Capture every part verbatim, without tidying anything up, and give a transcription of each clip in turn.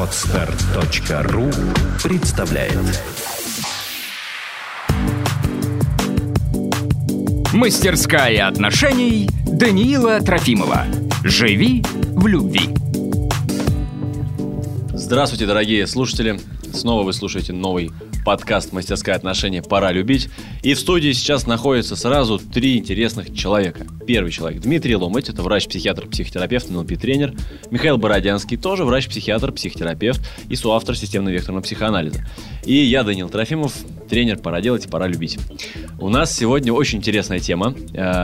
Подстер точка ру представляет. Мастерская отношений Даниила Трофимова. Живи в любви. Здравствуйте, дорогие слушатели. Снова вы слушаете новый подкаст «Мастерское отношение. Пора любить». И в студии сейчас находятся сразу три интересных человека. Первый человек — Дмитрий Ломыть, это врач-психиатр, психотерапевт, эн эл пи-тренер. Михаил Бородянский, тоже врач-психиатр, психотерапевт и соавтор системно-векторного психоанализа. И я, Даниил Трофимов, тренер «Пора делать и пора любить». У нас сегодня очень интересная тема.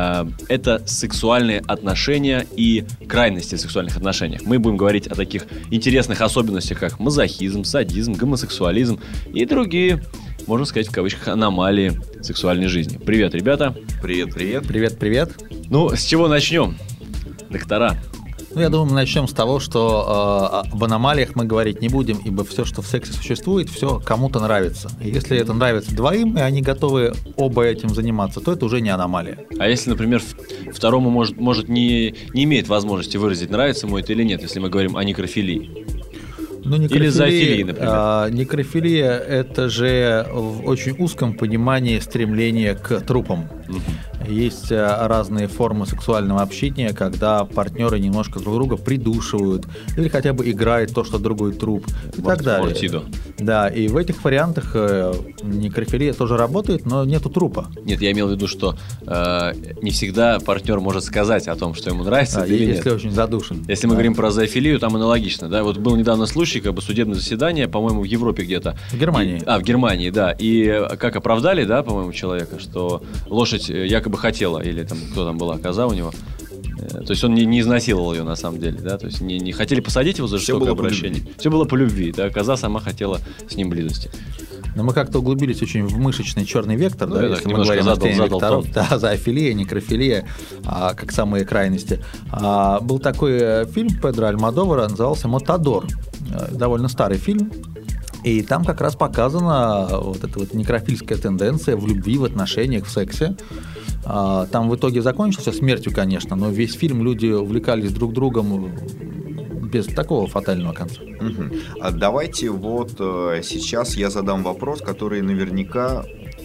Это сексуальные отношения и крайности в сексуальных отношениях. Мы будем говорить о таких интересных особенностях, как мазохизм, садизм, гомосексуализм и другие, можно сказать, в кавычках, аномалии сексуальной жизни. Привет, ребята. Привет, привет. Привет, привет. Ну, с чего начнем, доктора? Ну, я думаю, мы начнем с того, что э, об аномалиях мы говорить не будем, ибо все, что в сексе существует, все кому-то нравится. И если это нравится двоим, и они готовы оба этим заниматься, то это уже не аномалия. А если, например, второму может, может не, не имеет возможности выразить, нравится ему это или нет, если мы говорим о некрофилии? Ну, некрофилия, или зоофилии, например. А, некрофилия – это же в очень узком понимании стремление к трупам. Угу. Есть разные формы сексуального общения, когда партнеры немножко друг друга придушивают или хотя бы играют то, что другой труп и Морт, так далее. Мортидо. Да, и в этих вариантах некрофилия тоже работает, но нету трупа. Нет, я имел в виду, что э, не всегда партнер может сказать о том, что ему нравится, а, или если нет. Если очень задушен. Если мы да. говорим про зоофилию, там аналогично, да. Вот был недавно случай, как бы судебное заседание, по-моему, в Европе где-то. В Германии. И, а, в Германии, да. И как оправдали, да, по-моему, человека, что лошадь якобы хотела, или там кто там была, коза у него. То есть он не, не изнасиловал ее на самом деле, да, то есть не, не хотели посадить его за жестокое обращение. Все было по любви, да, коза сама хотела с ним близости. Но мы как-то углубились очень в мышечный черный вектор, ну, да, если мы говорим задал, о задал векторов, да, зоофилия, некрофилия, а, как самые крайности. А, был такой фильм Педро Альмодовара, назывался «Матадор», довольно старый фильм. И там как раз показана вот эта вот некрофильская тенденция в любви, в отношениях, в сексе. Там в итоге закончился смертью, конечно, но весь фильм люди увлекались друг другом без такого фатального конца. Угу. А давайте вот сейчас я задам вопрос, который наверняка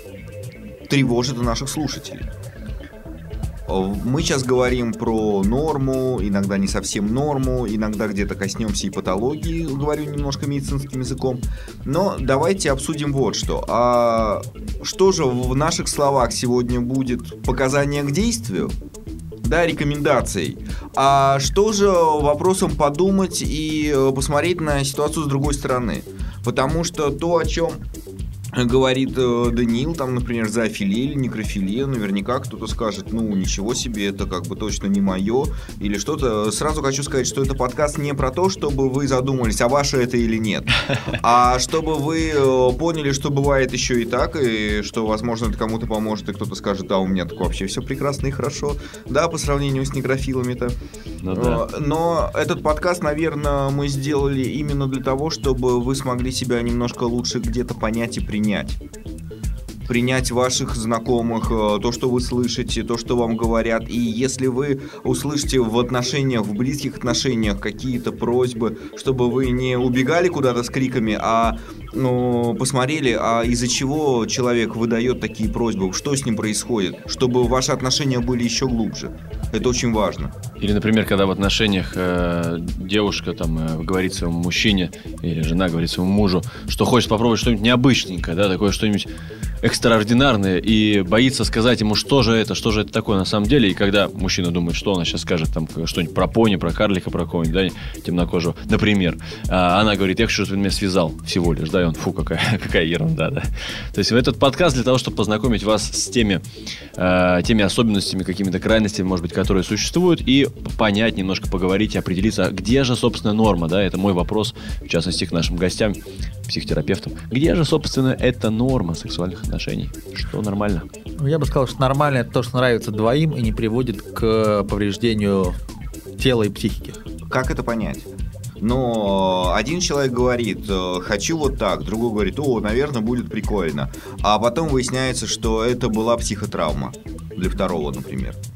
тревожит наших слушателей. Мы сейчас говорим про норму, иногда не совсем норму, иногда где-то коснемся и патологии, говорю немножко медицинским языком. Но давайте обсудим вот что. А что же в наших словах сегодня будет показание к действию? Да, рекомендацией. А что же вопросом подумать и посмотреть на ситуацию с другой стороны? Потому что то, о чем говорит э, Даниил, там, например, зоофилия или некрофилия, наверняка кто-то скажет, ну, ничего себе, это как бы точно не мое, или что-то. Сразу хочу сказать, что это подкаст не про то, чтобы вы задумались, а ваше это или нет, а чтобы вы э, поняли, что бывает еще и так, и что, возможно, это кому-то поможет, и кто-то скажет, да, у меня так вообще все прекрасно и хорошо, да, по сравнению с некрофилами-то. Ну, да. э, но этот подкаст, наверное, мы сделали именно для того, чтобы вы смогли себя немножко лучше где-то понять и принять. Принять. Принять ваших знакомых, то, что вы слышите, то, что вам говорят. И если вы услышите в отношениях, в близких отношениях какие-то просьбы, чтобы вы не убегали куда-то с криками, а ну, посмотрели, а из-за чего человек выдает такие просьбы, что с ним происходит, чтобы ваши отношения были еще глубже. Это очень важно. Или, например, когда в отношениях э, девушка там э, говорит своему мужчине, или жена говорит своему мужу, что хочет попробовать что-нибудь необычненькое, да, такое что-нибудь экстраординарное, и боится сказать ему, что же это, что же это такое на самом деле. И когда мужчина думает, что она сейчас скажет, там что-нибудь про пони, про карлика, про кого-нибудь, да, темнокожего, например, а она говорит, я хочу, чтобы ты меня связал всего лишь, да, и он, фу, какая, какая ерунда, да. То есть этот подкаст для того, чтобы познакомить вас с теми, э, теми особенностями, какими-то крайностями, может быть, которые существуют, и понять, немножко поговорить и определиться, где же, собственно, норма, да, это мой вопрос, в частности, к нашим гостям, психотерапевтам. Где же, собственно, эта норма сексуальных отношений? Что нормально? Я бы сказал, что нормально это то, что нравится двоим и не приводит к повреждению тела и психики. Как это понять? Но один человек говорит, хочу вот так, другой говорит, о, наверное, будет прикольно. А потом выясняется, что это была психотравма для второго, например.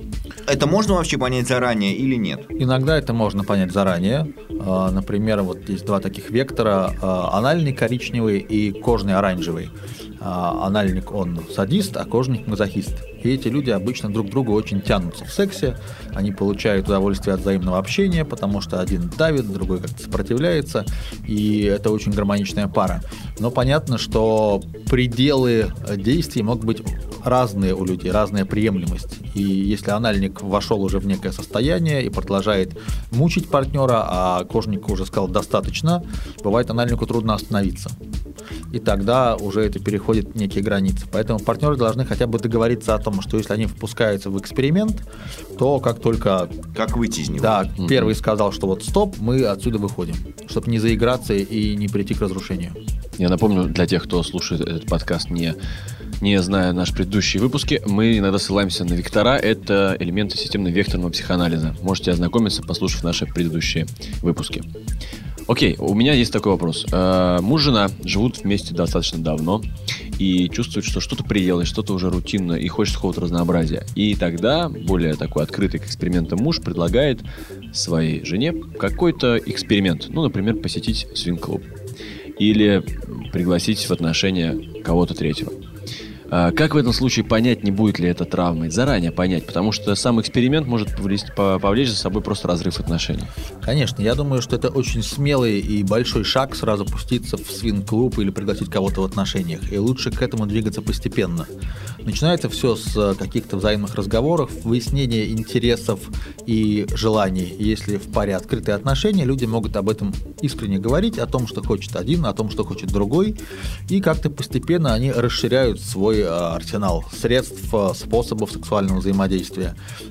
Это можно вообще понять заранее или нет? Иногда это можно понять заранее. Например, вот есть два таких вектора: анальный коричневый и кожный оранжевый. Анальник, он садист, а кожник мазохист. И эти люди обычно друг к другу очень тянутся в сексе, они получают удовольствие от взаимного общения, потому что один давит, другой как-то сопротивляется, и это очень гармоничная пара. Но понятно, что пределы действий могут быть разные у людей, разная приемлемость. И если анальник вошел уже в некое состояние и продолжает мучить партнера, а кожник уже сказал «достаточно», бывает анальнику трудно остановиться. И тогда уже это переходит в некие границы. Поэтому партнеры должны хотя бы договориться о том, что если они впускаются в эксперимент, то как только... Как выйти из него. Да, Mm-hmm. первый сказал, что вот стоп, мы отсюда выходим, чтобы не заиграться и не прийти к разрушению. Я напомню, для тех, кто слушает этот подкаст, не, не зная наши предыдущие выпуски, мы иногда ссылаемся на вектора. Это элементы системно-векторного психоанализа. Можете ознакомиться, послушав наши предыдущие выпуски. Окей, у меня есть такой вопрос. Э, муж и жена живут вместе достаточно давно и чувствуют, что что-то приелось, что-то уже рутинно и хочется какого-то разнообразия. И тогда более такой открытый к экспериментам муж предлагает своей жене какой-то эксперимент. Ну, например, посетить свинг-клуб. Или пригласить в отношения кого-то третьего. Как в этом случае понять, не будет ли это травмой? Заранее понять, потому что сам эксперимент может повлечь, повлечь за собой просто разрыв отношений. Конечно, я думаю, что это очень смелый и большой шаг сразу пуститься в свинг-клуб или пригласить кого-то в отношениях. И лучше к этому двигаться постепенно. Начинается все с каких-то взаимных разговоров, выяснения интересов и желаний. Если в паре открытые отношения, люди могут об этом искренне говорить, о том, что хочет один, о том, что хочет другой. И как-то постепенно они расширяют свой арсенал средств, способов сексуального взаимодействия.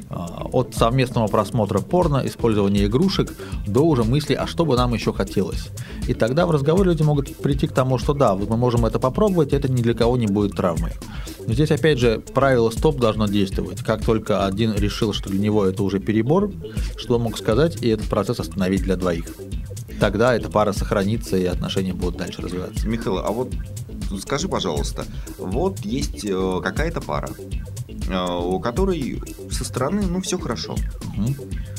От совместного просмотра порно, использования игрушек, до уже мысли, а что бы нам еще хотелось. И тогда в разговоре люди могут прийти к тому, что да, мы можем это попробовать, это ни для кого не будет травмой. Но здесь опять же правило стоп должно действовать. Как только один решил, что для него это уже перебор, что он мог сказать и этот процесс остановить для двоих. Тогда эта пара сохранится и отношения будут дальше развиваться. Михаил, а вот скажи, пожалуйста, вот есть э, какая-то пара, э, у которой со стороны, ну, все хорошо. Угу.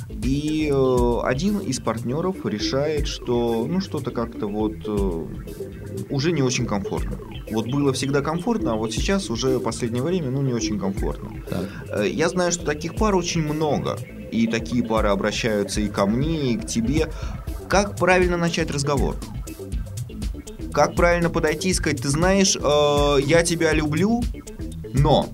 И э, один из партнеров решает, что, ну, что-то как-то вот э, уже не очень комфортно. Вот было всегда комфортно, а вот сейчас уже в последнее время, ну, не очень комфортно. Так. Я знаю, что таких пар очень много. И такие пары обращаются и ко мне, и к тебе. Как правильно начать разговор? Как правильно подойти и сказать: ты знаешь, э, я тебя люблю, но...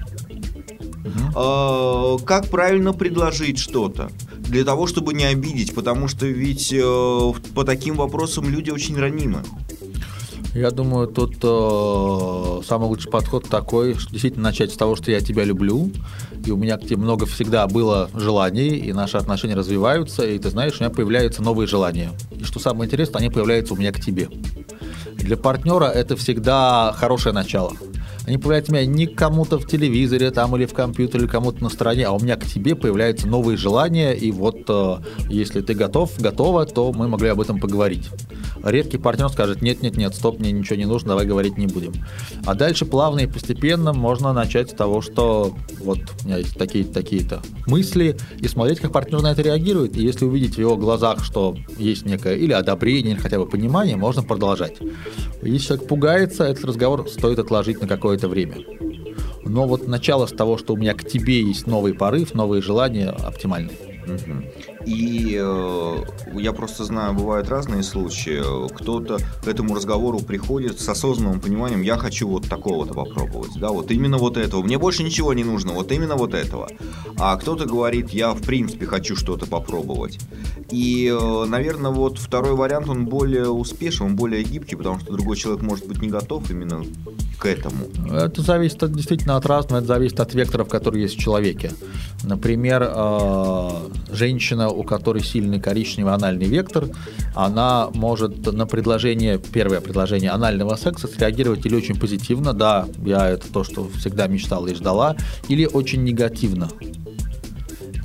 Угу. Э, как правильно предложить что-то? Для того, чтобы не обидеть, потому что ведь э, по таким вопросам люди очень ранимы. Я думаю, тут э, самый лучший подход такой, что действительно начать с того, что я тебя люблю, и у меня к тебе много всегда было желаний, и наши отношения развиваются, и ты знаешь, у меня появляются новые желания. И что самое интересное, они появляются у меня к тебе. Для партнера это всегда хорошее начало. Они появляются у меня не кому-то в телевизоре там, или в компьютере, или кому-то на стороне, а у меня к тебе появляются новые желания, и вот э, если ты готов, готова, то мы могли об этом поговорить. Редкий партнер скажет: нет-нет-нет, стоп, мне ничего не нужно, давай говорить не будем. А дальше плавно и постепенно можно начать с того, что вот у меня есть такие-то, такие-то мысли, и смотреть, как партнер на это реагирует. И если увидеть в его глазах, что есть некое или одобрение, или хотя бы понимание, можно продолжать. Если человек пугается, этот разговор стоит отложить на какое-то время. Но вот начало с того, что у меня к тебе есть новый порыв, новые желания, оптимальны. Угу. И э, я просто знаю, бывают разные случаи. Кто-то к этому разговору приходит с осознанным пониманием: я хочу вот такого-то попробовать, да, вот именно вот этого. Мне больше ничего не нужно, вот именно вот этого. А кто-то говорит: я в принципе хочу что-то попробовать. И, э, наверное, вот второй вариант, он более успешен, он более гибкий, потому что другой человек может быть не готов именно к этому. Это зависит от, действительно от разного, это зависит от векторов, которые есть в человеке. Например, э, женщина, у которой сильный коричневый анальный вектор, она может на предложение, первое предложение анального секса среагировать или очень позитивно: да, я это то, что всегда мечтала и ждала, или очень негативно.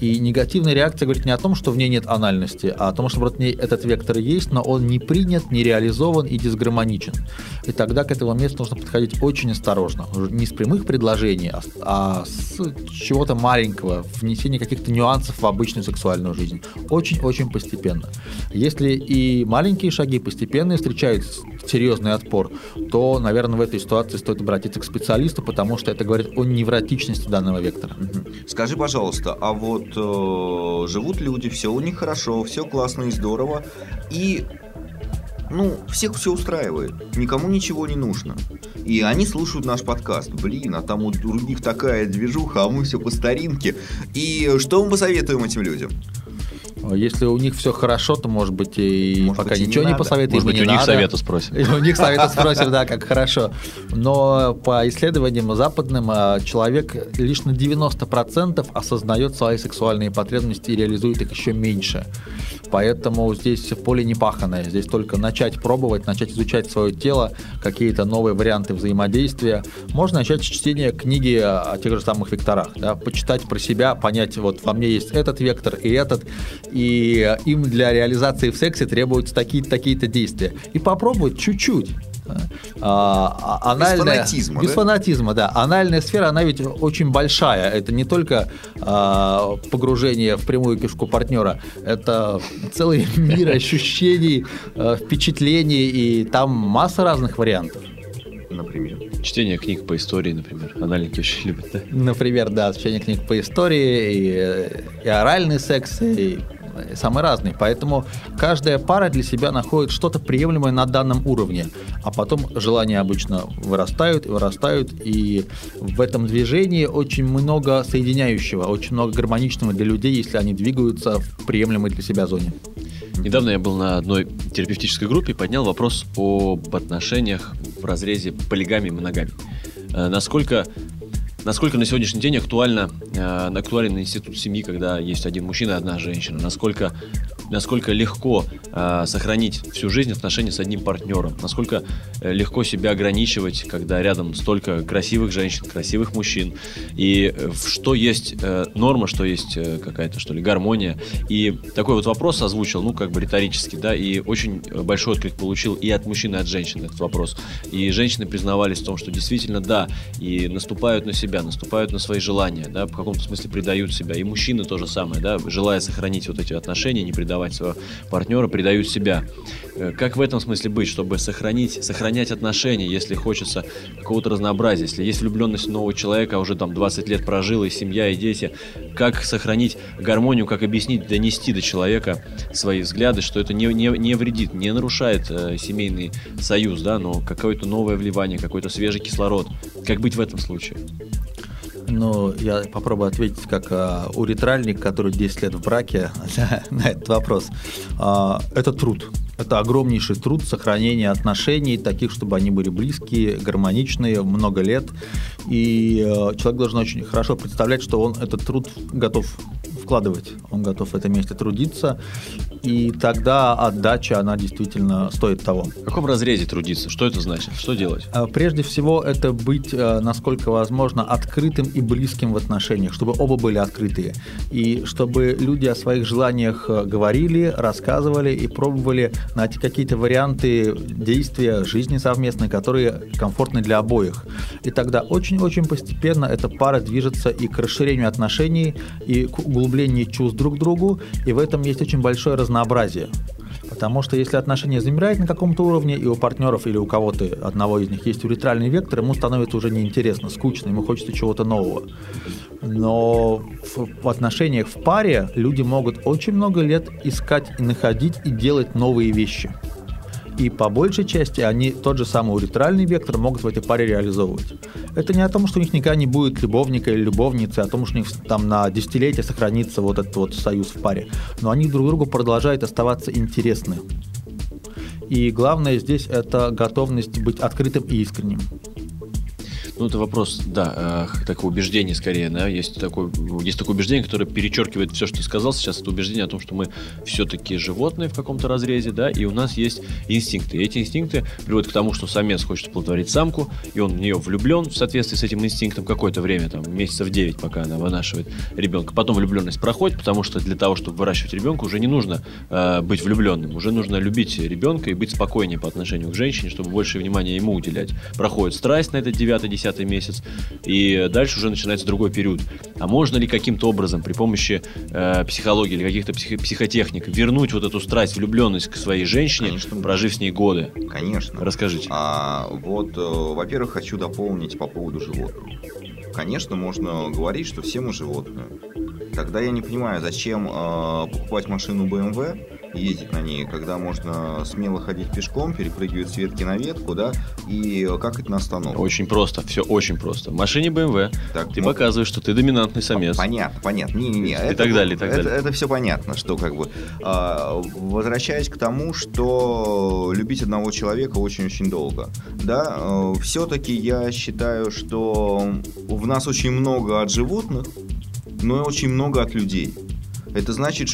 И негативная реакция говорит не о том, что в ней нет анальности, а о том, что в ней этот вектор есть, но он не принят, не реализован и дисгармоничен. И тогда к этому месту нужно подходить очень осторожно. Уже не с прямых предложений, а с чего-то маленького, внесения каких-то нюансов в обычную сексуальную жизнь. Очень-очень постепенно. Если и маленькие шаги постепенно встречают серьезный отпор, то, наверное, в этой ситуации стоит обратиться к специалисту, потому что это говорит о невротичности данного вектора. Скажи, пожалуйста, а вот э, живут люди, все у них хорошо, все классно и здорово, и ну, всех все устраивает, никому ничего не нужно. И они слушают наш подкаст. Блин, а там у других такая движуха, а мы все по старинке. И что мы посоветуем этим людям? Если у них все хорошо, то, может быть, и может пока быть, и ничего не не надо. посоветуем. Может быть, не у них надо. совета спросим. У них совета спросим, да, как хорошо. Но по исследованиям западным человек лишь на девяносто процентов осознает свои сексуальные потребности и реализует их еще меньше. Поэтому здесь поле не паханое. Здесь только начать пробовать, начать изучать свое тело, какие-то новые варианты взаимодействия. Можно начать с чтения книги о тех же самых векторах. Да, почитать про себя, понять, вот во мне есть этот вектор и этот, и им для реализации в сексе требуются такие-то, такие-то действия. И попробовать чуть-чуть. А, анальная, без фанатизма, без да? фанатизма, да. Анальная сфера, она ведь очень большая. Это не только а, погружение в прямую кишку партнера, это целый мир ощущений, впечатлений, и там масса разных вариантов. Например. Чтение книг по истории, например. Анальники очень любят, да? Например, да, чтение книг по истории, и, и оральный секс, и самые разные. Поэтому каждая пара для себя находит что-то приемлемое на данном уровне. А потом желания обычно вырастают и вырастают. И в этом движении очень много соединяющего, очень много гармоничного для людей, если они двигаются в приемлемой для себя зоне. Недавно я был на одной терапевтической группе и поднял вопрос об отношениях в разрезе полигамии и моногамии. Насколько... Насколько на сегодняшний день актуально, э, актуален институт семьи, когда есть один мужчина и одна женщина? Насколько, насколько легко э, сохранить всю жизнь отношения с одним партнером? Насколько э, легко себя ограничивать, когда рядом столько красивых женщин, красивых мужчин? И э, что есть э, норма, что есть э, какая-то, что ли, гармония? И такой вот вопрос озвучил, ну, как бы риторически, да, и очень большой отклик получил и от мужчин, и от женщин этот вопрос. И женщины признавались в том, что действительно, да, и наступают на себя, наступают на свои желания, да, в каком-то смысле предают себя. И мужчины то же самое, да, желая сохранить вот эти отношения, не предавать своего партнера, предают себя. Как в этом смысле быть, чтобы сохранить, сохранять отношения, если хочется какого-то разнообразия, если есть влюбленность в нового человека, а уже там двадцать лет прожил, и семья, и дети, как сохранить гармонию, как объяснить, донести до человека свои взгляды, что это не, не, не вредит, не нарушает э, семейный союз, да, но какое-то новое вливание, какой-то свежий кислород. Как быть в этом случае? Ну, я попробую ответить как а, уретральник, который десять лет в браке, на этот вопрос. А, это труд. Это огромнейший труд сохранения отношений, таких, чтобы они были близкие, гармоничные, много лет. И э, человек должен очень хорошо представлять, что он этот труд готов вкладывать, он готов в этом месте трудиться, и тогда отдача, она действительно стоит того. В каком разрезе трудиться? Что это значит? Что делать? Прежде всего, это быть, насколько возможно, открытым и близким в отношениях, чтобы оба были открытые, и чтобы люди о своих желаниях говорили, рассказывали и пробовали найти какие-то варианты действия, жизни совместной, которые комфортны для обоих. И тогда очень-очень постепенно эта пара движется и к расширению отношений, и к углублению чувств друг к другу, и в этом есть очень большое разнообразие. Потому что если отношения замирают на каком-то уровне, и у партнеров или у кого-то одного из них есть уретральный вектор, ему становится уже неинтересно, скучно, ему хочется чего-то нового. Но в, в отношениях в паре люди могут очень много лет искать и находить и делать новые вещи. И по большей части они тот же самый уретральный вектор могут в этой паре реализовывать. Это не о том, что у них никогда не будет любовника или любовницы, а о том, что у них там на десятилетия сохранится вот этот вот союз в паре. Но они друг другу продолжают оставаться интересны. И главное здесь это готовность быть открытым и искренним. Ну, это вопрос, да, э, такое убеждение скорее, да, есть такое, есть такое убеждение, которое перечеркивает все, что ты сказал сейчас, это убеждение о том, что мы все-таки животные в каком-то разрезе, да, и у нас есть инстинкты. И эти инстинкты приводят к тому, что самец хочет оплодотворить самку, и он в нее влюблен в соответствии с этим инстинктом какое-то время, там, месяцев девять, пока она вынашивает ребенка. Потом влюбленность проходит, потому что для того, чтобы выращивать ребенка, уже не нужно э, быть влюбленным, уже нужно любить ребенка и быть спокойнее по отношению к женщине, чтобы больше внимания ему уделять. Проходит страсть на этот девятый-десятый месяц, и дальше уже начинается другой период. А можно ли каким-то образом при помощи э, психологии или каких-то псих- психотехник вернуть вот эту страсть, влюбленность к своей женщине, Конечно, прожив с ней годы? Конечно. Расскажите. А, вот, э, во-первых, хочу дополнить по поводу животных. Конечно, можно говорить, что все мы животные. Тогда я не понимаю, зачем э, покупать машину бэ эм вэ, ездить на ней, когда можно смело ходить пешком, перепрыгивать с ветки на ветку, да, и как это на остановке. Очень просто, все очень просто. В машине бэ эм вэ так, ты ну, показываешь, что ты доминантный самец. Понятно, понятно. Не-не-не. И это, так далее, и так это, далее. Это, это все понятно, что как бы... Э, возвращаясь к тому, что любить одного человека очень-очень долго. Да, э, все-таки я считаю, что в нас очень много от животных, но и очень много от людей. Это значит,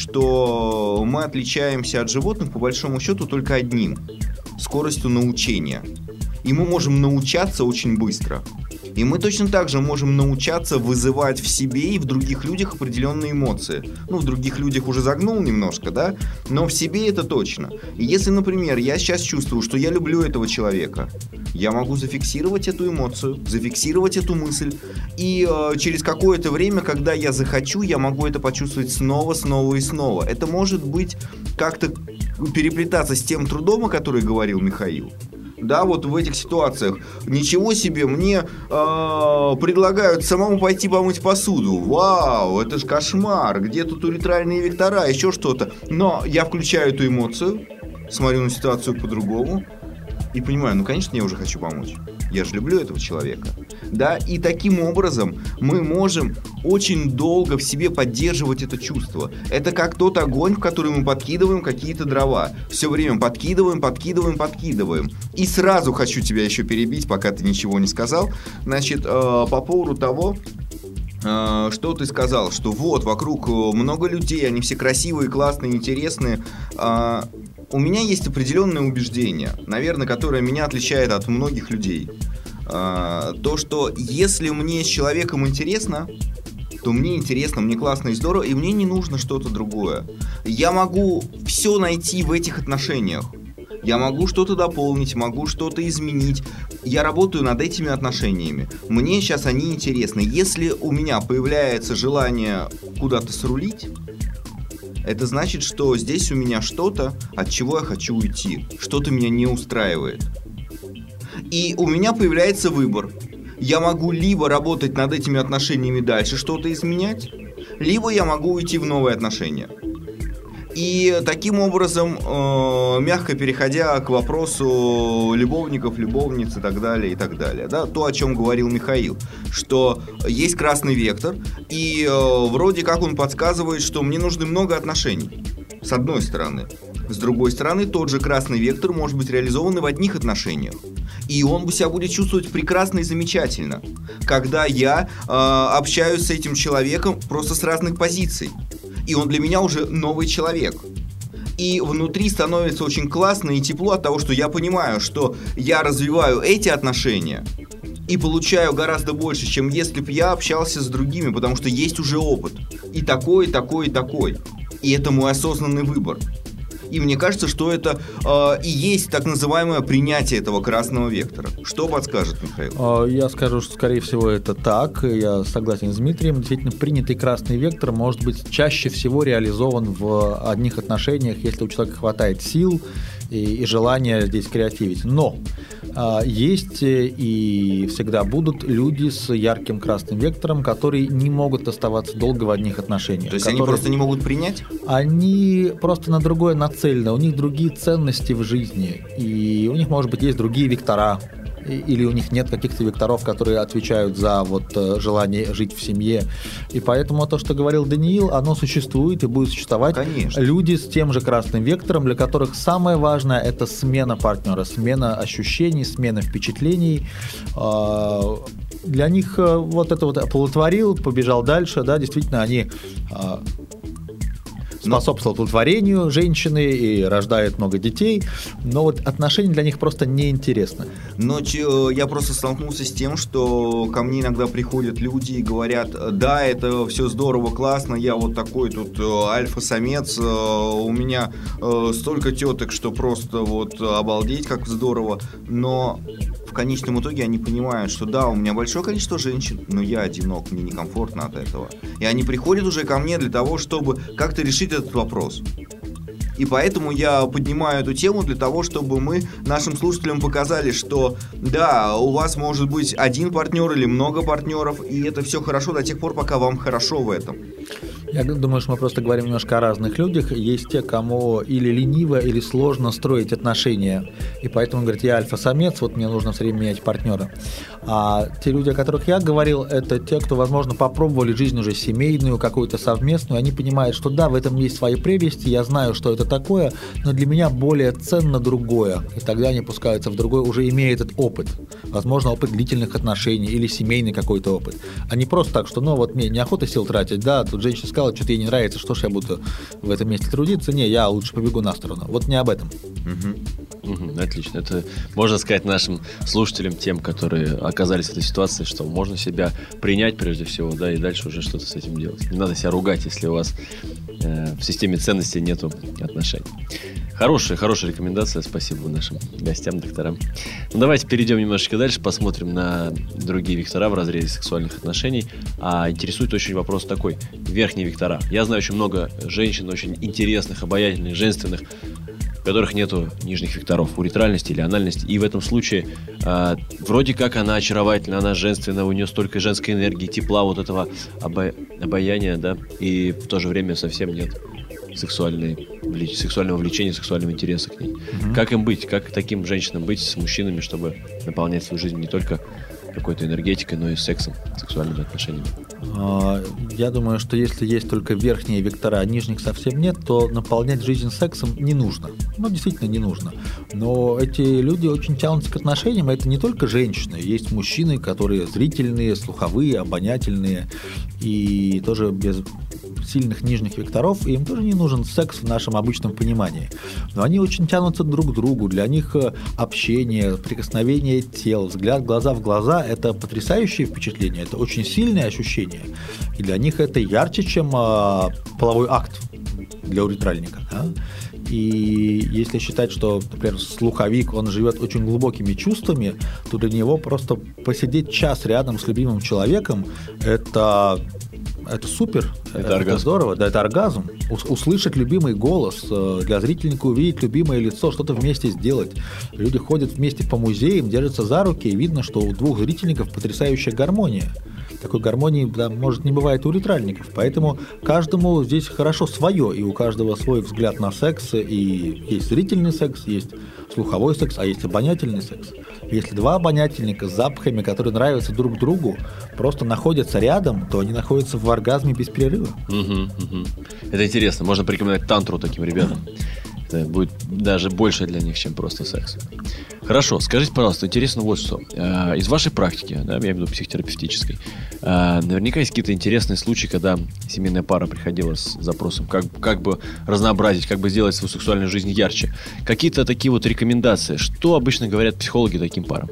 что мы отличаемся от животных по большому счету только одним – скоростью научения. И мы можем научаться очень быстро. И мы точно так же можем научаться вызывать в себе и в других людях определенные эмоции. Ну, в других людях уже загнул немножко, да? Но в себе это точно. И если, например, я сейчас чувствую, что я люблю этого человека, я могу зафиксировать эту эмоцию, зафиксировать эту мысль. И э, через какое-то время, когда я захочу, я могу это почувствовать снова, снова и снова. Это может быть как-то переплетаться с тем трудом, о котором говорил Михаил. Да, вот в этих ситуациях. Ничего себе, мне э, предлагают самому пойти помыть посуду. Вау, это ж кошмар. Где тут уретральные вектора, еще что-то. Но я включаю эту эмоцию, смотрю на ситуацию по-другому и понимаю, ну, конечно, я уже хочу помочь. Я же люблю этого человека. Да, и таким образом мы можем очень долго в себе поддерживать это чувство. Это как тот огонь, в который мы подкидываем какие-то дрова. Все время подкидываем, подкидываем, подкидываем. И сразу хочу тебя еще перебить, пока ты ничего не сказал. Значит, э, по поводу того, э, что ты сказал, что вот, вокруг много людей, они все красивые, классные, интересные. Э, У меня есть определенное убеждение, наверное, которое меня отличает от многих людей. То, что если мне с человеком интересно, то мне интересно, мне классно и здорово, и мне не нужно что-то другое. Я могу все найти в этих отношениях. Я могу что-то дополнить, могу что-то изменить. Я работаю над этими отношениями. Мне сейчас они интересны. Если у меня появляется желание куда-то срулить, это значит, что здесь у меня что-то, от чего я хочу уйти. Что-то меня не устраивает. И у меня появляется выбор. Я могу либо работать над этими отношениями дальше, что-то изменять, либо я могу уйти в новые отношения. И таким образом, э, мягко переходя к вопросу любовников, любовниц и так далее, и так далее, да, то, о чем говорил Михаил, что есть красный вектор, и э, вроде как он подсказывает, что мне нужно много отношений, с одной стороны. С другой стороны, тот же красный вектор может быть реализован и в одних отношениях. И он себя будет чувствовать прекрасно и замечательно, когда я э, общаюсь с этим человеком просто с разных позиций. И он для меня уже новый человек. И внутри становится очень классно и тепло от того, что я понимаю, что я развиваю эти отношения и получаю гораздо больше, чем если бы я общался с другими, потому что есть уже опыт. И такой, и такой, и такой. И это мой осознанный выбор. И мне кажется, что это э, и есть так называемое принятие этого красного вектора. Что подскажет Михаил? Я скажу, что, скорее всего, это так. Я согласен с Дмитрием. Действительно, принятый красный вектор может быть чаще всего реализован в одних отношениях, если у человека хватает сил и, и желания здесь креативить. Но а, есть и всегда будут люди с ярким красным вектором, которые не могут оставаться долго в одних отношениях. То есть которые... они просто не могут принять? Они просто на другое нацелены. У них другие ценности в жизни. И у них, может быть, есть другие вектора. или у них нет каких-то векторов, которые отвечают за вот желание жить в семье. И поэтому то, что говорил Даниил, оно существует и будет существовать. Конечно. Люди с тем же красным вектором, для которых самое важное — это смена партнера, смена ощущений, смена впечатлений. Для них вот это вот оплодотворил, побежал дальше, да, действительно, они способствовал оплодотворению женщины и рождает много детей, но вот отношения для них просто неинтересны. Но я просто столкнулся с тем, что ко мне иногда приходят люди и говорят: да, это все здорово, классно, я вот такой тут альфа-самец, у меня столько теток, что просто вот обалдеть, как здорово, но в конечном итоге они понимают, что да, у меня большое количество женщин, но я одинок, мне некомфортно от этого. И они приходят уже ко мне для того, чтобы как-то решить этот вопрос. И поэтому я поднимаю эту тему для того, чтобы мы нашим слушателям показали, что да, у вас может быть один партнер или много партнеров, и это все хорошо до тех пор, пока вам хорошо в этом. Я думаю, что мы просто говорим немножко о разных людях. Есть те, кому или лениво, или сложно строить отношения. И поэтому говорят: я альфа-самец, вот мне нужно все время менять партнера. А те люди, о которых я говорил, это те, кто, возможно, попробовали жизнь уже семейную, какую-то совместную. Они понимают, что да, в этом есть свои прелести, я знаю, что это такое, но для меня более ценно другое. И тогда они пускаются в другой, уже имея этот опыт. Возможно, опыт длительных отношений или семейный какой-то опыт. А не просто так, что ну вот мне неохота сил тратить, да, тут женщина сказала, что-то ей не нравится, что ж я буду в этом месте трудиться. Не, я лучше побегу на сторону. Вот не об этом. Угу. Угу, отлично. Это можно сказать нашим слушателям, тем, которые оказались в этой ситуации, что можно себя принять прежде всего, да, и дальше уже что-то с этим делать. Не надо себя ругать, если у вас э, в системе ценностей нету отношений. Хорошая, хорошая рекомендация. Спасибо нашим гостям, докторам. Ну, давайте перейдем немножечко дальше, посмотрим на другие вектора в разрезе сексуальных отношений. А интересует очень вопрос такой: верхние вектора. Я знаю очень много женщин, очень интересных, обаятельных, женственных, у которых нету нижних векторов, уретральности или анальности. И в этом случае э, вроде как она очаровательна, она женственна, у нее столько женской энергии, тепла, вот этого оба- обаяния, да, и в то же время совсем нет сексуальной, сексуального влечения, сексуального интереса к ней. Mm-hmm. Как им быть? Как таким женщинам быть с мужчинами, чтобы наполнять свою жизнь не только какой-то энергетикой, но и сексом, сексуальными отношениями? Я думаю, что если есть только верхние вектора, а нижних совсем нет, то наполнять жизнь сексом не нужно. Ну, действительно не нужно. Но эти люди очень тянутся к отношениям, это не только женщины. Есть мужчины, которые зрительные, слуховые, обонятельные, и тоже без сильных нижних векторов, и им тоже не нужен секс в нашем обычном понимании. Но они очень тянутся друг к другу. Для них общение, прикосновение тел, взгляд глаза в глаза – это потрясающее впечатление, это очень сильное ощущение. И для них это ярче, чем а, половой акт для уретральника. Да? И если считать, что, например, слуховик, он живет очень глубокими чувствами, то для него просто посидеть час рядом с любимым человеком – это... Это супер, это, это здорово, да, это оргазм. Услышать любимый голос, для зрительника увидеть любимое лицо, что-то вместе сделать. Люди ходят вместе по музеям, держатся за руки, и видно, что у двух зрительников потрясающая гармония. Такой гармонии, да, может, не бывает у уретральников. Поэтому каждому здесь хорошо свое, и у каждого свой взгляд на секс. И есть зрительный секс, есть слуховой секс, а есть обонятельный секс. Если два обонятельника с запахами, которые нравятся друг другу, просто находятся рядом, то они находятся в оргазме без перерыва. Угу, угу. Это интересно. Можно порекомендовать тантру таким ребятам. Это будет даже больше для них, чем просто секс. Хорошо, скажите, пожалуйста, интересно вот что. Из вашей практики, да, я имею в виду психотерапевтической, наверняка есть какие-то интересные случаи, когда семейная пара приходила с запросом, как, как бы разнообразить, как бы сделать свою сексуальную жизнь ярче. Какие-то такие вот рекомендации. Что обычно говорят психологи таким парам?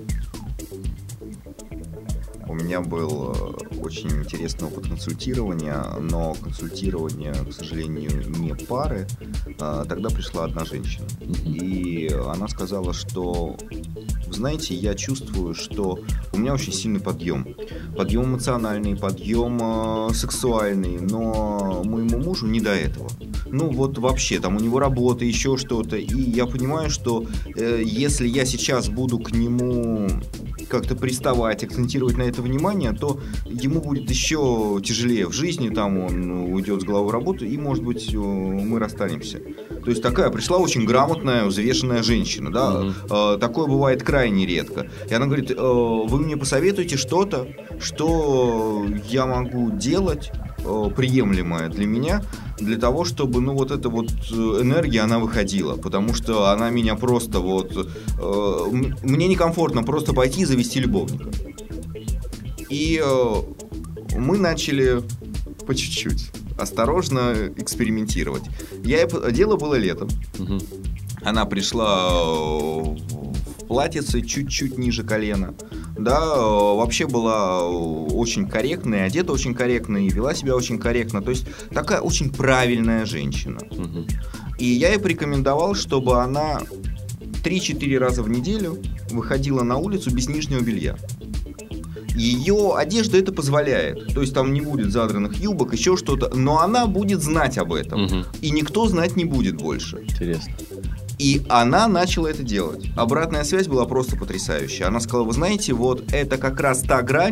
У меня был очень интересный опыт консультирования, но консультирование, к сожалению, не пары. Тогда пришла одна женщина, и она сказала, что, вы знаете, я чувствую, что у меня очень сильный подъем. Подъем эмоциональный, подъем сексуальный, но моему мужу не до этого. Ну вот вообще, там у него работа, еще что-то, и я понимаю, что э, если я сейчас буду к нему как-то приставать, акцентировать на это внимание, то ему будет еще тяжелее в жизни, там он уйдет с головой в работу, и, может быть, мы расстанемся. То есть такая пришла очень грамотная, взвешенная женщина, да, mm-hmm. такое бывает крайне редко. И она говорит: вы мне посоветуете что-то, что я могу делать, приемлемое для меня, для того, чтобы, ну, вот эта вот энергия, она выходила, потому что она меня просто вот... Э, мне некомфортно просто пойти и завести любовника. И э, мы начали по чуть-чуть, осторожно экспериментировать. Я, дело было летом. Угу. Она пришла в платьице чуть-чуть ниже колена. Да, вообще была очень корректная, одета очень корректно и вела себя очень корректно. То есть такая очень правильная женщина. Угу. И я ей порекомендовал, чтобы она три-четыре раза в неделю выходила на улицу без нижнего белья. Ее одежда это позволяет. То есть там не будет задранных юбок, еще что-то. Но она будет знать об этом. Угу. И никто знать не будет больше. Интересно. И она начала это делать. Обратная связь была просто потрясающая. Она сказала: вы знаете, вот это как раз та грань,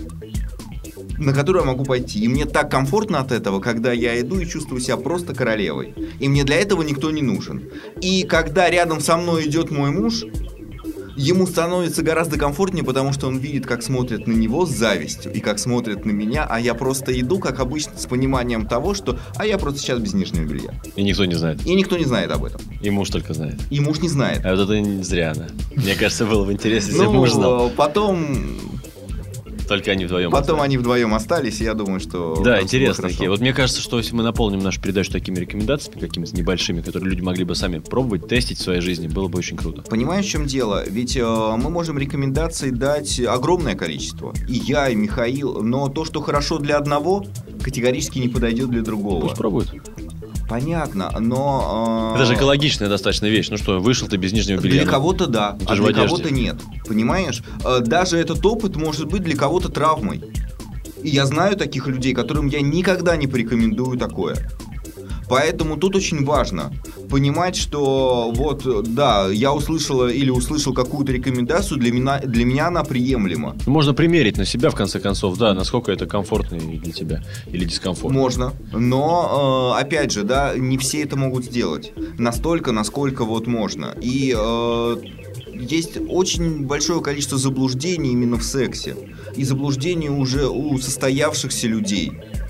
на которую я могу пойти. И мне так комфортно от этого, когда я иду и чувствую себя просто королевой. И мне для этого никто не нужен. И когда рядом со мной идет мой муж, ему становится гораздо комфортнее, потому что он видит, как смотрят на него с завистью и как смотрят на меня, а я просто иду, как обычно, с пониманием того, что а я просто сейчас без нижнего белья. И никто не знает. И никто не знает об этом. И муж только знает. И муж не знает. А вот это не зря, да. Мне кажется, было бы интересно, если бы муж знал. Потом... Только они вдвоем Потом остались. они вдвоем остались, и я думаю, что... Да, интересно. Вот мне кажется, что если мы наполним нашу передачу такими рекомендациями, какими-то небольшими, которые люди могли бы сами пробовать, тестить в своей жизни, было бы очень круто. Понимаешь, в чем дело? Ведь э, мы можем рекомендаций дать огромное количество. И я, и Михаил. Но то, что хорошо для одного, категорически не подойдет для другого. Пусть пробуют. Понятно, но... Э... Это же экологичная достаточно вещь. Ну что, вышел ты без нижнего белья. Для кого-то да, а для кого-то нет. Понимаешь? Даже этот опыт может быть для кого-то травмой. И я знаю таких людей, которым я никогда не порекомендую такое. Поэтому тут очень важно понимать, что вот, да, я услышала или услышал какую-то рекомендацию, для меня, для меня она приемлема. Можно примерить на себя, в конце концов, да, насколько это комфортно для тебя или дискомфортно. Можно, но, э, опять же, да, не все это могут сделать настолько, насколько вот можно. И э, есть очень большое количество заблуждений именно в сексе. И заблуждений уже у состоявшихся людей,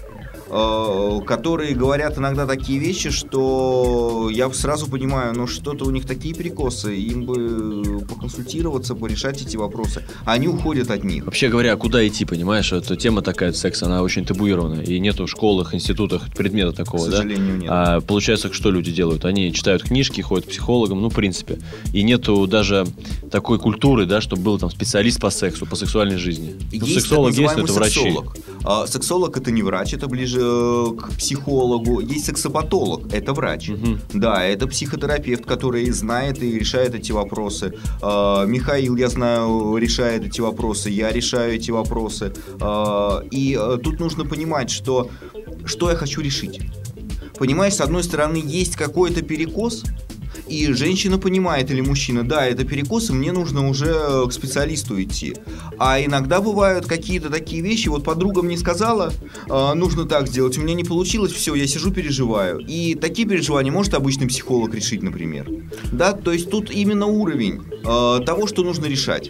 которые говорят иногда такие вещи, что я сразу понимаю, ну что-то у них такие перекосы, им бы поконсультироваться, порешать эти вопросы, а они уходят от них. Вообще говоря, куда идти, понимаешь, эта тема такая, секс, она очень табуирована, и нету в школах, институтах предмета такого, да? К сожалению, нет. А получается, что люди делают? Они читают книжки, ходят к психологам, ну, в принципе, и нету даже такой культуры, да, чтобы был там специалист по сексу, по сексуальной жизни. Ну, сексолог есть, но это врачи. А, сексолог это не врач, это ближе к психологу. Есть сексопатолог, это врач. Угу. Да, это психотерапевт, который знает и решает эти вопросы. А, Михаил, я знаю, решает эти вопросы, я решаю эти вопросы. А, и а, тут нужно понимать, что, что я хочу решить. Понимаешь, с одной стороны, есть какой-то перекос, и женщина понимает, или мужчина, да, это перекос, и мне нужно уже к специалисту идти. А иногда бывают какие-то такие вещи, вот подруга мне сказала, э, нужно так сделать, у меня не получилось, все, я сижу, переживаю. И такие переживания может обычный психолог решить, например. Да, то есть тут именно уровень э, того, что нужно решать.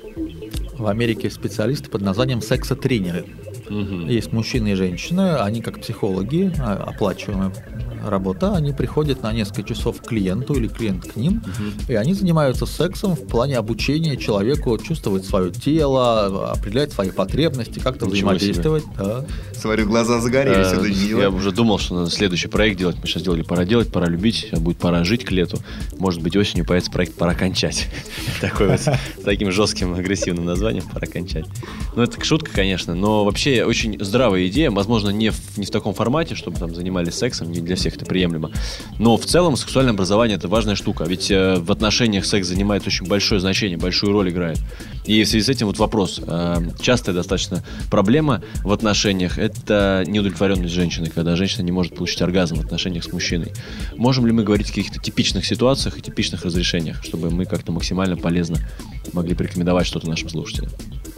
В Америке специалисты под названием сексотренеры. Угу. Есть мужчины и женщины, они как психологи, оплачиваемая работа, они приходят на несколько часов к клиенту или клиент к ним, угу. и они занимаются сексом в плане обучения человеку чувствовать свое тело, определять свои потребности, как-то Ничего взаимодействовать. Да. Смотрю, глаза загорелись. А, я уже думал, что надо следующий проект делать. Мы сейчас делали «Пора делать», «Пора любить», сейчас будет «Пора жить» к лету. Может быть, осенью появится проект «Пора кончать». Такой вот, с таким жестким, агрессивным названием «Пора кончать». Ну, это шутка, конечно, но вообще очень здравая идея. Возможно, не в, не в таком формате, чтобы там занимались сексом, не для всех это приемлемо. Но в целом сексуальное образование – это важная штука. Ведь э, в отношениях секс занимает очень большое значение, большую роль играет. И в связи с этим вот вопрос. Э, частая достаточно проблема в отношениях – это неудовлетворенность женщины, когда женщина не может получить оргазм в отношениях с мужчиной. Можем ли мы говорить о каких-то типичных ситуациях и типичных разрешениях, чтобы мы как-то максимально полезно могли порекомендовать что-то нашим слушателям?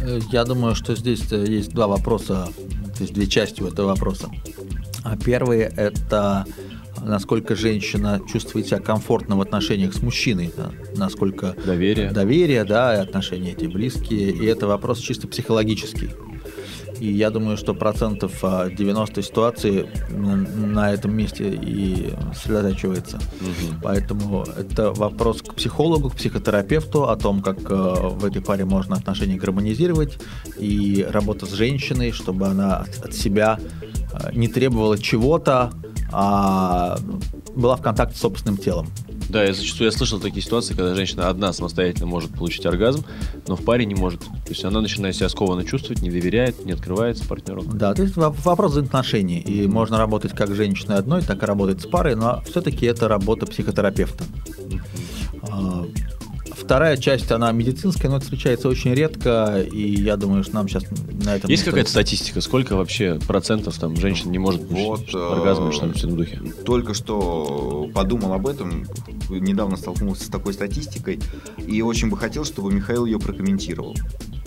Я думаю, что здесь есть два вопроса, то есть две части у этого вопроса. Первый – это насколько женщина чувствует себя комфортно в отношениях с мужчиной, да? Насколько доверие, доверие, да, и отношения эти близкие, и это вопрос чисто психологический. И я думаю, что процентов девяносто ситуаций на этом месте и сосредотачивается. Угу. Поэтому это вопрос к психологу, к психотерапевту о том, как в этой паре можно отношения гармонизировать, и работа с женщиной, чтобы она от себя не требовала чего-то, а была в контакте с собственным телом. Да, я зачастую я слышал такие ситуации, когда женщина одна самостоятельно может получить оргазм, но в паре не может. То есть она начинает себя скованно чувствовать, не доверяет, не открывается партнеру. Да, то есть вопрос взаимоотношений. И можно работать как с женщиной одной, так и работать с парой, но все-таки это работа психотерапевта. Вторая часть, она медицинская, но это встречается очень редко, и я думаю, что нам сейчас на этом... Есть какая-то статистика? Сколько вообще процентов там женщин не может получить вот, оргазм или что-нибудь в этом духе? Только что подумал об этом, недавно столкнулся с такой статистикой, и очень бы хотел, чтобы Михаил ее прокомментировал.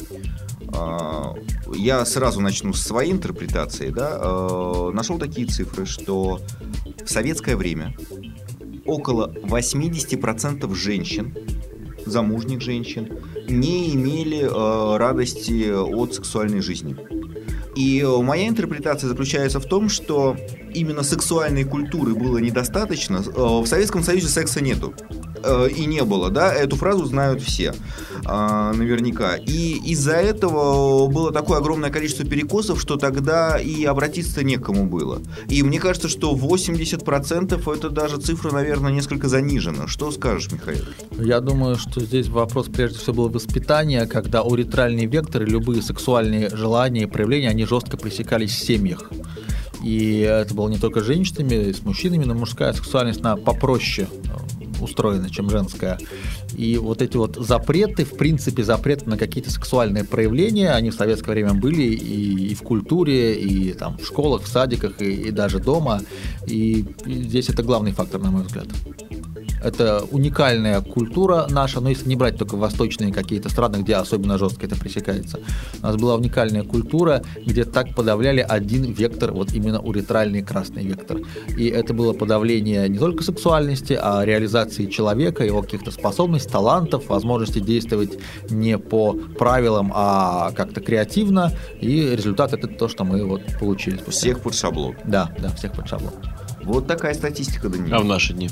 Я сразу начну с своей интерпретации. Да? Нашел такие цифры, что в советское время около восемьдесят процентов женщин, замужних женщин, не имели э, радости от сексуальной жизни. И э, моя интерпретация заключается в том, что именно сексуальной культуры было недостаточно. Э, в Советском Союзе секса нету. Э, и не было, да, эту фразу знают все, э, наверняка. И из-за этого было такое огромное количество перекосов, что тогда и обратиться некому было. И мне кажется, что восемьдесят процентов это даже цифра, наверное, несколько занижена. Что скажешь, Михаил? Я думаю, что здесь вопрос прежде всего был воспитания, когда уретральный вектор и любые сексуальные желания и проявления, они жестко пресекались в семьях. И это было не только с женщинами, с мужчинами, но мужская сексуальность, она попроще устроена, чем женская. И вот эти вот запреты, в принципе, запреты на какие-то сексуальные проявления, они в советское время были и, и в культуре, и там в школах, в садиках, и, и даже дома. И, и здесь это главный фактор, на мой взгляд. Это уникальная культура наша, но если не брать только восточные какие-то страны, где особенно жестко это пресекается. У нас была уникальная культура, где так подавляли один вектор, вот именно уретральный красный вектор. И это было подавление не только сексуальности, а реализации человека, его каких-то способностей, талантов, возможности действовать не по правилам, а как-то креативно. И результат — это то, что мы вот получили. Всех под шаблон. Да, да, всех под шаблон. Вот такая статистика, Даниил. А в наши дни?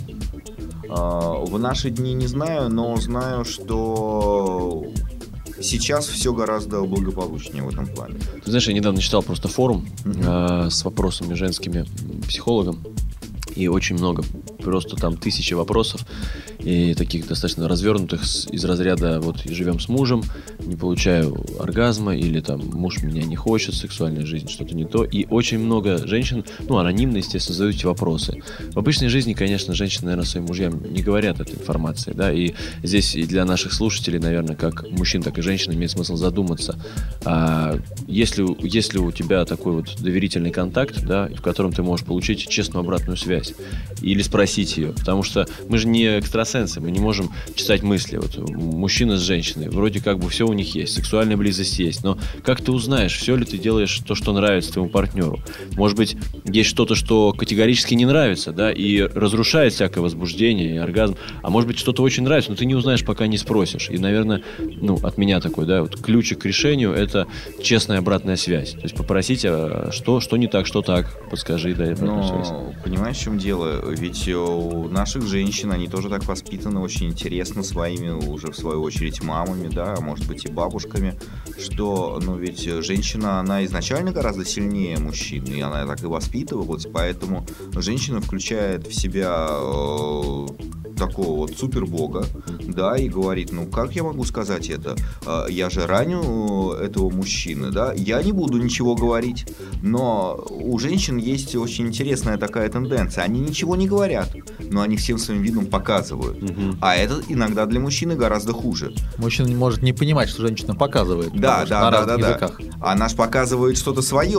В наши дни не знаю, но знаю, что сейчас все гораздо благополучнее в этом плане. Ты знаешь, я недавно читал просто форум mm-hmm. э, с вопросами женскими психологам, и очень много, просто там тысячи вопросов, и таких достаточно развернутых из разряда вот живем с мужем, не получаю оргазма, или там муж меня не хочет, сексуальная жизнь, что-то не то. И очень много женщин, ну, анонимно, естественно, задают эти вопросы. В обычной жизни, конечно, женщины, наверное, своим мужьям не говорят этой информации, да, и здесь и для наших слушателей, наверное, как мужчин, так и женщин имеет смысл задуматься. А если, если у тебя такой вот доверительный контакт, да, в котором ты можешь получить честную обратную связь, или спросить ее, потому что мы же не экстрасенсы, мы не можем читать мысли. Вот мужчина с женщиной, вроде как бы все у них есть, сексуальная близость есть, но как ты узнаешь, все ли ты делаешь то, что нравится твоему партнеру? Может быть, есть что-то, что категорически не нравится, да, и разрушает всякое возбуждение и оргазм, а может быть, что-то очень нравится, но ты не узнаешь, пока не спросишь. И, наверное, ну, от меня такой, да, вот ключик к решению — это честная обратная связь. То есть попросить, а что, что не так, что так, подскажи, дай обратную связь. Понимаешь, в чем дело? Ведь у наших женщин, они тоже так воспитаны очень интересно своими, уже в свою очередь, мамами, да, а может быть и бабушками, что, ну, ведь женщина, она изначально гораздо сильнее мужчины, и она так и воспитывалась, поэтому женщина включает в себя э, такого вот супербога, да, и говорит, ну, как я могу сказать это? Я же раню этого мужчины, да, я не буду ничего говорить, но у женщин есть очень интересная такая тенденция, они ничего не говорят, но они всем своим видом показывают, угу. А это иногда для мужчины гораздо хуже. Мужчина может не понимать, что женщина показывает, да, да, на да, разных да, языках. Да. Она ж показывает что-то свое.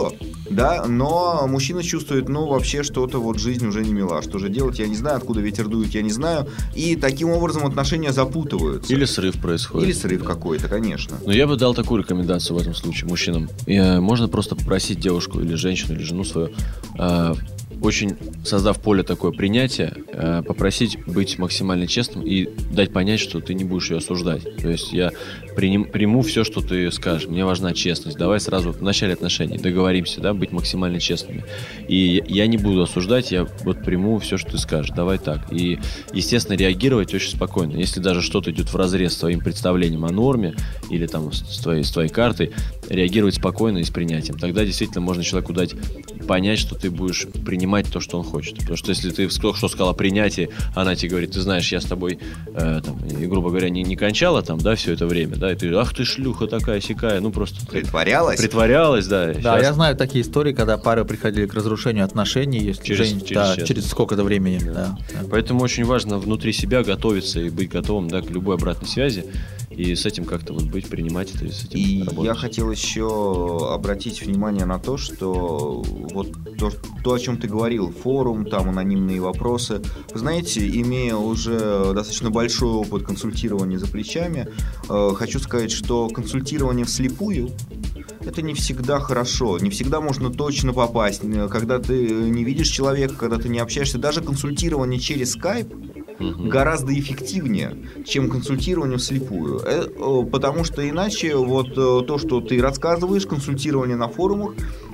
Да, но мужчина чувствует, ну, вообще что-то, вот жизнь уже не мила. Что же делать, я не знаю, откуда ветер дует, я не знаю. И таким образом отношения запутываются. Или срыв происходит. Или срыв какой-то, конечно. Но я бы дал такую рекомендацию в этом случае мужчинам. И, можно просто попросить девушку или женщину, или жену свою, э, очень создав поле такое принятия, э, попросить быть максимально честным и дать понять, что ты не будешь ее осуждать. То есть я приним, приму все, что ты скажешь. Мне важна честность. Давай сразу в начале отношений договоримся, да, быть максимально честными. И я не буду осуждать, я вот приму все, что ты скажешь. Давай так. И, естественно, реагировать очень спокойно. Если даже что-то идет вразрез с твоим представлением о норме или там с твоей, с твоей картой, реагировать спокойно и с принятием. Тогда действительно можно человеку дать понять, что ты будешь принимать то, что он хочет. Потому что если ты что сказал о принятии, она тебе говорит, ты знаешь, я с тобой, э, там, и, грубо говоря, не, не кончала там, да, все это время, да, и ты, ах ты шлюха такая сякая, ну просто... Притворялась? Притворялась, да. Да, Сейчас... я знаю такие истории, когда пары приходили к разрушению отношений, если через, жен... через, да, через, через сколько-то времени. Да. Да, да. Поэтому очень важно внутри себя готовиться и быть готовым, да, к любой обратной связи. И с этим как-то вот быть, принимать это и с этим И работать. я хотел еще обратить внимание на то, что вот то, то, о чем ты говорил, форум, там анонимные вопросы. Вы знаете, имея уже достаточно большой опыт консультирования за плечами, э, хочу сказать, что консультирование вслепую это не всегда хорошо, не всегда можно точно попасть. Когда ты не видишь человека, когда ты не общаешься, даже консультирование через скайп угу. гораздо эффективнее, чем консультирование вслепую. Потому что иначе вот то, что ты рассказываешь, консультирование на форумах,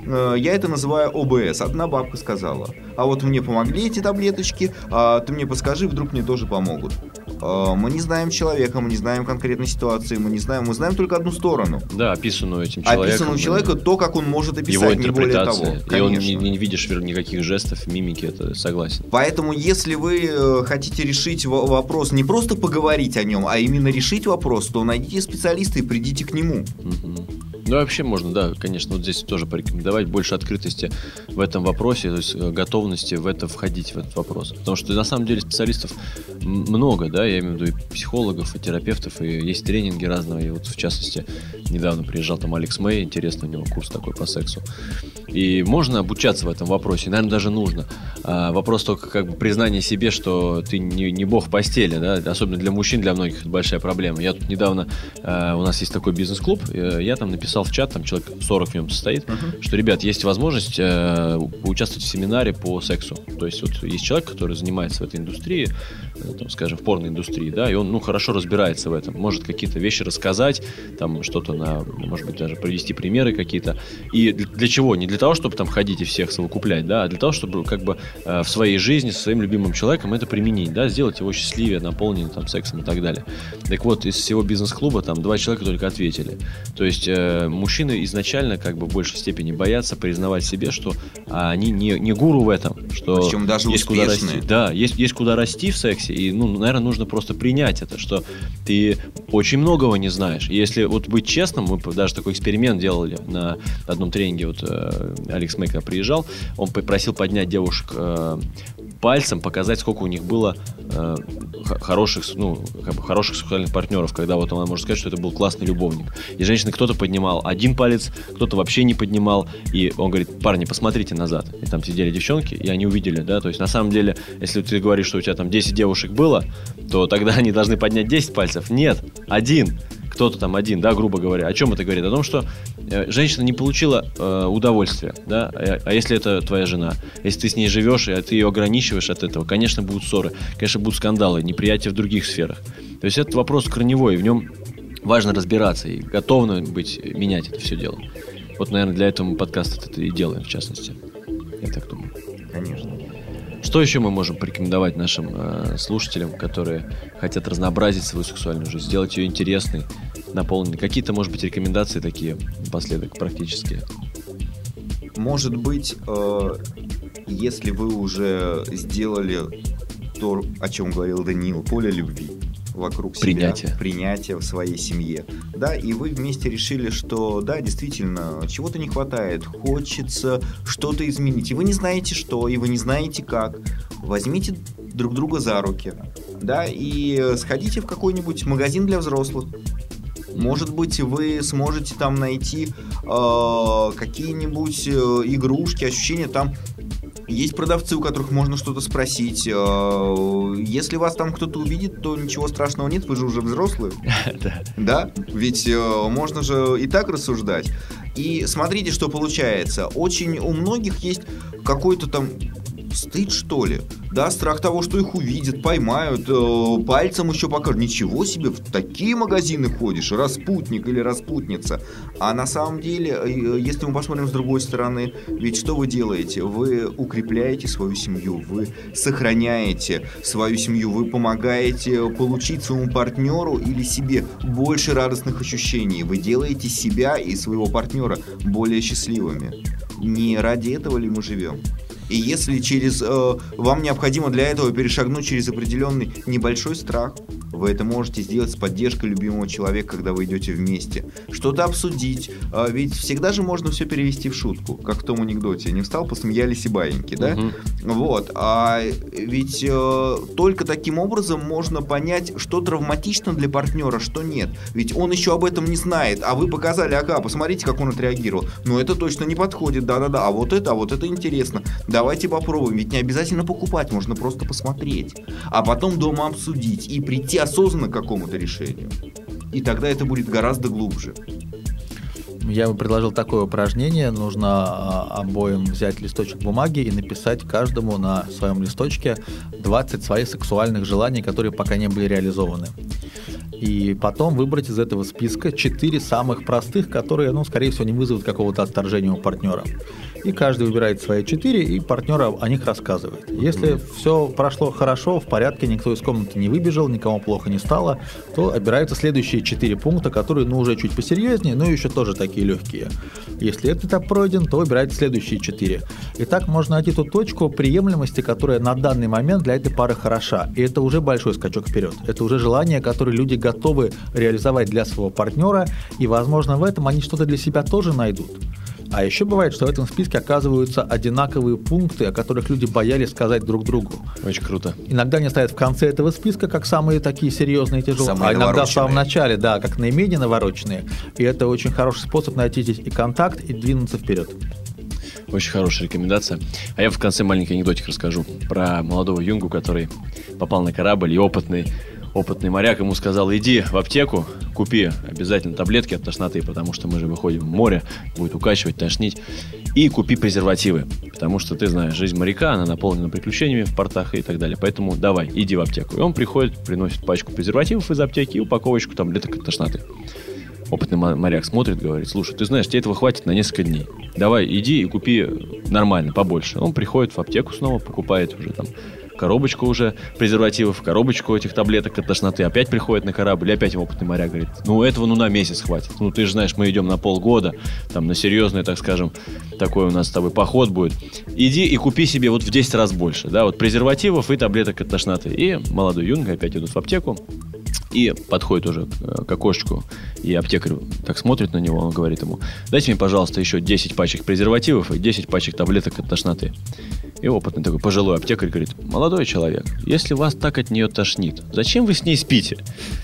я это называю о бэ эс. Одна бабка сказала: а вот мне помогли эти таблеточки, а ты мне подскажи, вдруг мне тоже помогут. Мы не знаем человека, мы не знаем конкретной ситуации, мы не знаем, мы знаем только одну сторону. Да, описанную этим человеком. Описанную человека, то, как он может описать, его не более того. И он не, не видишь никаких жестов, мимики, это согласен. Поэтому, если вы хотите решить вопрос, не просто поговорить о нем, а именно решить вопрос, то найдите специалиста и придите к нему. Угу. Ну, вообще можно, да, конечно, вот здесь тоже порекомендовать больше открытости в этом вопросе, то есть готовности в это входить, в этот вопрос. Потому что на самом деле специалистов много, да, я имею в виду и психологов, и терапевтов, и есть тренинги разные. И вот, в частности, недавно приезжал там Алекс Мэй, интересный у него курс такой по сексу. И можно обучаться в этом вопросе, наверное, даже нужно. А вопрос только как бы признания себе, что ты не, не бог в постели, да, особенно для мужчин, для многих это большая проблема. Я тут недавно, а, у нас есть такой бизнес-клуб, я там написал в чат, там человек сорок в нем состоит, uh-huh. что, ребят, есть возможность э, поучаствовать в семинаре по сексу. То есть вот есть человек, который занимается в этой индустрии, э, там, скажем, в порноиндустрии, да, и он, ну, хорошо разбирается в этом, может какие-то вещи рассказать, там что-то на, может быть, даже привести примеры какие-то. И для, для чего? Не для того, чтобы там ходить и всех совокуплять, да, а для того, чтобы как бы э, в своей жизни со своим любимым человеком это применить, да, сделать его счастливее, наполненным там сексом и так далее. Так вот, из всего бизнес-клуба там два человека только ответили. То есть э, мужчины изначально как бы в большей степени боятся признавать себе, что а, они не, не гуру в этом, что причем даже есть куда успешные. расти. Да, есть, есть куда расти в сексе, и, ну, наверное, нужно просто принять это, что ты очень многого не знаешь. И если вот быть честным, мы даже такой эксперимент делали на одном тренинге, вот э, Алекс Мэй приезжал, он попросил поднять девушек э, пальцем, показать, сколько у них было э, хороших, ну, как бы хороших сексуальных партнеров, когда вот она может сказать, что это был классный любовник. И женщины кто-то поднимал один палец, кто-то вообще не поднимал, и он говорит: парни, посмотрите назад. И там сидели девчонки, и они увидели, да, то есть на самом деле, если ты говоришь, что у тебя там десять девушек было, то тогда они должны поднять десять пальцев. Нет, один. Кто-то там один, да, грубо говоря. О чем это говорит? О том, что э, женщина не получила э, удовольствия, да, а, а если это твоя жена, если ты с ней живешь, и ты ее ограничиваешь от этого, конечно, будут ссоры, конечно, будут скандалы, неприятия в других сферах. То есть этот вопрос корневой, и в нем важно разбираться и готовно быть, менять это все дело. Вот, наверное, для этого мы подкаст это и делаем, в частности. Я так думаю. Конечно. Что еще мы можем порекомендовать нашим э, слушателям, которые хотят разнообразить свою сексуальную жизнь, сделать ее интересной, наполненной? Какие-то, может быть, рекомендации такие напоследок практические? Может быть, э, если вы уже сделали то, о чем говорил Даниил, поле любви вокруг принятие. себя, принятие в своей семье, да, и вы вместе решили, что да, действительно, чего-то не хватает, хочется что-то изменить, и вы не знаете что, и вы не знаете как, возьмите друг друга за руки, да, и сходите в какой-нибудь магазин для взрослых, Может быть, вы сможете там найти э, какие-нибудь э, игрушки, ощущения там. Есть продавцы, у которых можно что-то спросить. Если вас там кто-то увидит, то ничего страшного нет, вы же уже взрослые. Да? Ведь можно же и так рассуждать. И смотрите, что получается. Очень у многих есть какой-то там стыд, что ли, да, страх того, что их увидят, поймают, э, пальцем еще покажут. Ничего себе, в такие магазины ходишь, распутник или распутница. А на самом деле, э, если мы посмотрим с другой стороны, ведь что вы делаете? Вы укрепляете свою семью, вы сохраняете свою семью, вы помогаете получить своему партнеру или себе больше радостных ощущений. Вы делаете себя и своего партнера более счастливыми. Не ради этого ли мы живем? И если через э, вам необходимо для этого перешагнуть через определенный небольшой страх, вы это можете сделать с поддержкой любимого человека, когда вы идете вместе. Что-то обсудить. Э, ведь всегда же можно все перевести в шутку, как в том анекдоте. Не встал, посмеялись и баиньки, да? Угу. Вот. А ведь э, только таким образом можно понять, что травматично для партнера, что нет. Ведь он еще об этом не знает. А вы показали, ага, посмотрите, как он отреагировал. Но это точно не подходит, да-да-да. А вот это, а вот это интересно. Давайте попробуем, ведь не обязательно покупать, можно просто посмотреть, а потом дома обсудить и прийти осознанно к какому-то решению. И тогда это будет гораздо глубже. Я бы предложил такое упражнение. Нужно обоим взять листочек бумаги и написать каждому на своем листочке двадцать своих сексуальных желаний, которые пока не были реализованы. И потом выбрать из этого списка четыре самых простых, которые, ну, скорее всего, не вызовут какого-то отторжения у партнера. И каждый выбирает свои четыре, и партнер о них рассказывает. Если mm-hmm. все прошло хорошо, в порядке, никто из комнаты не выбежал, никому плохо не стало, то отбираются следующие четыре пункта, которые, ну, уже чуть посерьезнее, но еще тоже такие легкие. Если этот этап пройден, то выбирается следующие четыре. И так можно найти ту точку приемлемости, которая на данный момент для этой пары хороша. И это уже большой скачок вперед. Это уже желание, которое люди готовы реализовать для своего партнера, и, возможно, в этом они что-то для себя тоже найдут. А еще бывает, что в этом списке оказываются одинаковые пункты, о которых люди боялись сказать друг другу. Очень круто. Иногда они стоят в конце этого списка, как самые такие серьезные и тяжелые, самые а иногда в самом начале, да, как наименее навороченные. И это очень хороший способ найти здесь и контакт, и двинуться вперед. Очень хорошая рекомендация. А я в конце маленький анекдотик расскажу про молодого юнгу, который попал на корабль, и опытный Опытный моряк ему сказал: иди в аптеку, купи обязательно таблетки от тошноты, потому что мы же выходим в море, будет укачивать, тошнить, и купи презервативы, потому что ты знаешь, жизнь моряка, она наполнена приключениями в портах и так далее, поэтому давай, иди в аптеку. И он приходит, приносит пачку презервативов из аптеки и упаковочку таблеток от тошноты. Опытный моряк смотрит, говорит: слушай, ты знаешь, тебе этого хватит на несколько дней. Давай, иди и купи нормально, побольше. Он приходит в аптеку снова, покупает уже там коробочку уже презервативов, коробочку этих таблеток от тошноты, опять приходит на корабль, и опять ему опытный моряк говорит: ну, этого ну на месяц хватит. Ну, ты же знаешь, мы идем на полгода, там, на серьезный, так скажем, такой у нас с тобой поход будет. Иди и купи себе вот в десять раз больше, да, вот презервативов и таблеток от тошноты. И молодой юнга опять идут в аптеку, и подходит уже к окошечку, и аптекарь так смотрит на него, он говорит ему: дайте мне, пожалуйста, еще десять пачек презервативов и десять пачек таблеток от тошноты. И опытный такой пожилой аптекарь говорит: молодой человек, если вас так от нее тошнит, зачем вы с ней спите?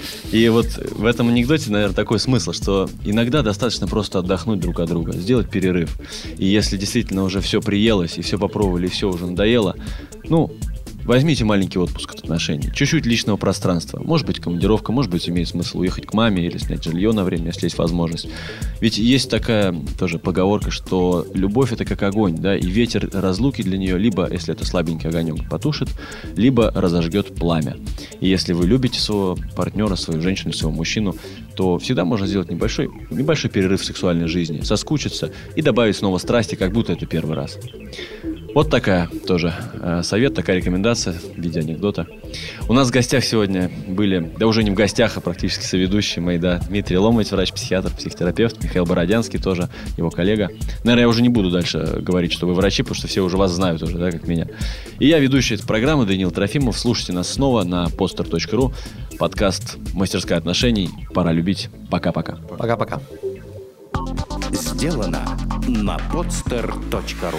И вот в этом анекдоте, наверное, такой смысл, что иногда достаточно просто отдохнуть друг от друга, сделать перерыв. И если действительно уже все приелось, и все попробовали, и все уже надоело, ну, возьмите маленький отпуск от отношений, чуть-чуть личного пространства. Может быть, командировка, может быть, имеет смысл уехать к маме или снять жилье на время, если есть возможность. Ведь есть такая тоже поговорка, что любовь — это как огонь, да, и ветер разлуки для нее либо, если это слабенький огонек, потушит, либо разожгет пламя. И если вы любите своего партнера, свою женщину, своего мужчину, то всегда можно сделать небольшой, небольшой перерыв в сексуальной жизни, соскучиться и добавить снова страсти, как будто это первый раз. Вот такая тоже э, совет, такая рекомендация в виде анекдота. У нас в гостях сегодня были, да уже не в гостях, а практически соведущие мои, да, Дмитрий Ломович, врач-психиатр, психотерапевт, Михаил Бородянский, тоже его коллега. Наверное, я уже не буду дальше говорить, что вы врачи, потому что все уже вас знают уже, да, как меня. И я ведущий этой программы Даниил Трофимов. Слушайте нас снова на podster точка ру, подкаст «Мастерская отношений». Пора любить. Пока-пока. Пока-пока. Сделано на podster точка ру.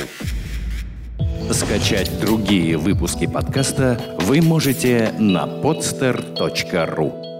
Скачать другие выпуски подкаста вы можете на podster точка ру.